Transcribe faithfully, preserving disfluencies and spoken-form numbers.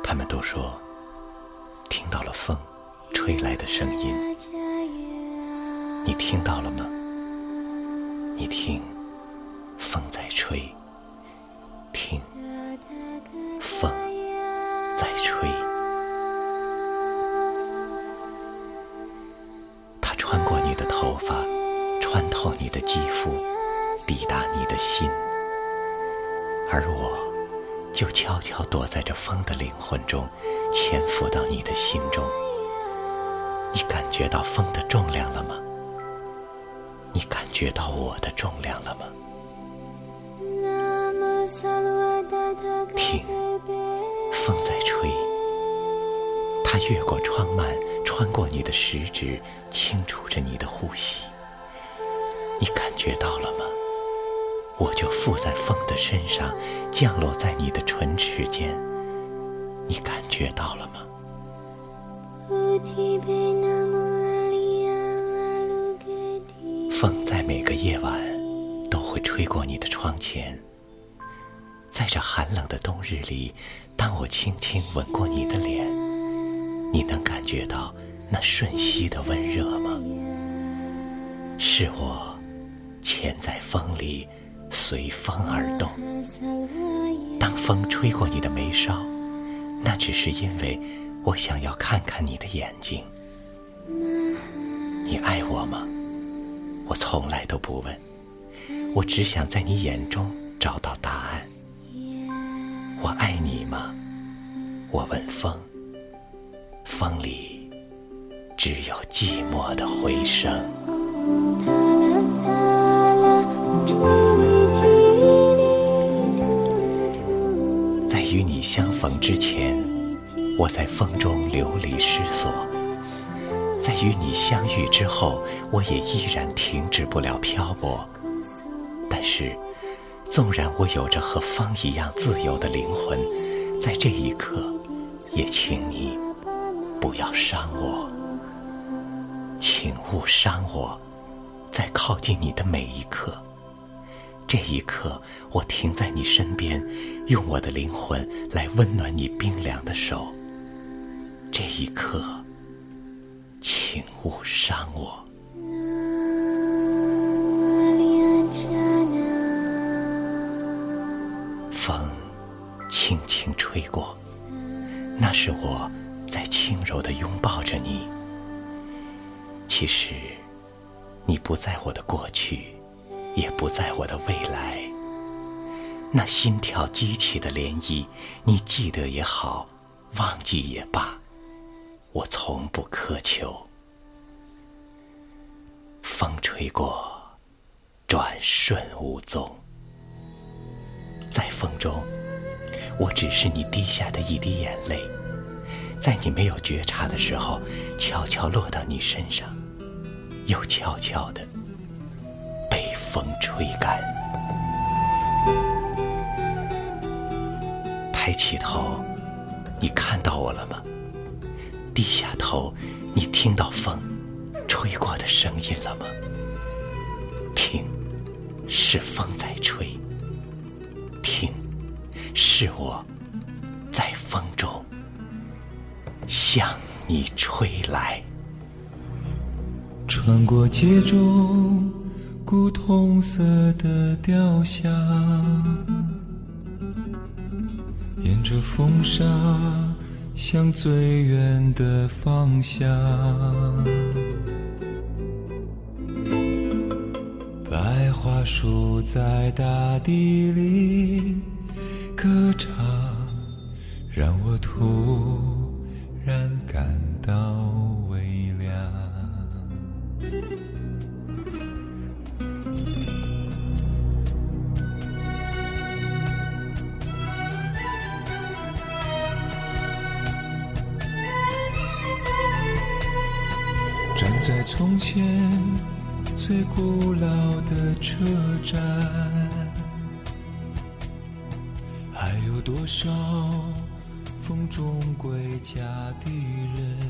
他们都说听到了风吹来的声音，你听到了吗？你听，风在吹，听，风在吹。它穿过你的头发，穿透你的肌肤，抵达你的心，而我就悄悄躲在这风的灵魂中，潜伏到你的心中。你感觉到风的重量了吗？你感觉到我的重量了吗？听，风在吹，它越过窗幔，穿过你的食指，清除着你的呼吸。你感觉到了吗？我就附在风的身上，降落在你的唇齿间。你感觉到了吗？风在每个夜晚都会吹过你的窗前，在这寒冷的冬日里，当我轻轻吻过你的脸，你能感觉到那瞬息的温热吗？是我潜在风里，随风而动。当风吹过你的眉梢，那只是因为我想要看看你的眼睛。你爱我吗？我从来都不问，我只想在你眼中找到答案。我爱你吗？我问风，风里只有寂寞的回声。在与你相逢之前，我在风中流离失所；在与你相遇之后，我也依然停止不了漂泊。但是，纵然我有着和风一样自由的灵魂，在这一刻，也请你不要伤我，请勿伤我。在靠近你的每一刻，这一刻，我停在你身边，用我的灵魂来温暖你冰凉的手。这一刻，请勿伤我。风轻轻吹过，那是我在轻柔地拥抱着你。其实你不在我的过去，也不在我的未来。那心跳激起的涟漪，你记得也好，忘记也罢，我从不苛求。风吹过，转瞬无踪。在风中，我只是你滴下的一滴眼泪，在你没有觉察的时候，悄悄落到你身上，又悄悄地被风吹干。抬起头，你看到我了吗？低下头，你听到风吹过的声音了吗？听，是风在吹；听，是我在风中向你吹来。 穿过街中古铜色的雕像，沿着风沙向最远的方向，白桦树在大地里歌唱，让我突然感到微凉。站在从前最古老的车站，还有多少风中归家的人，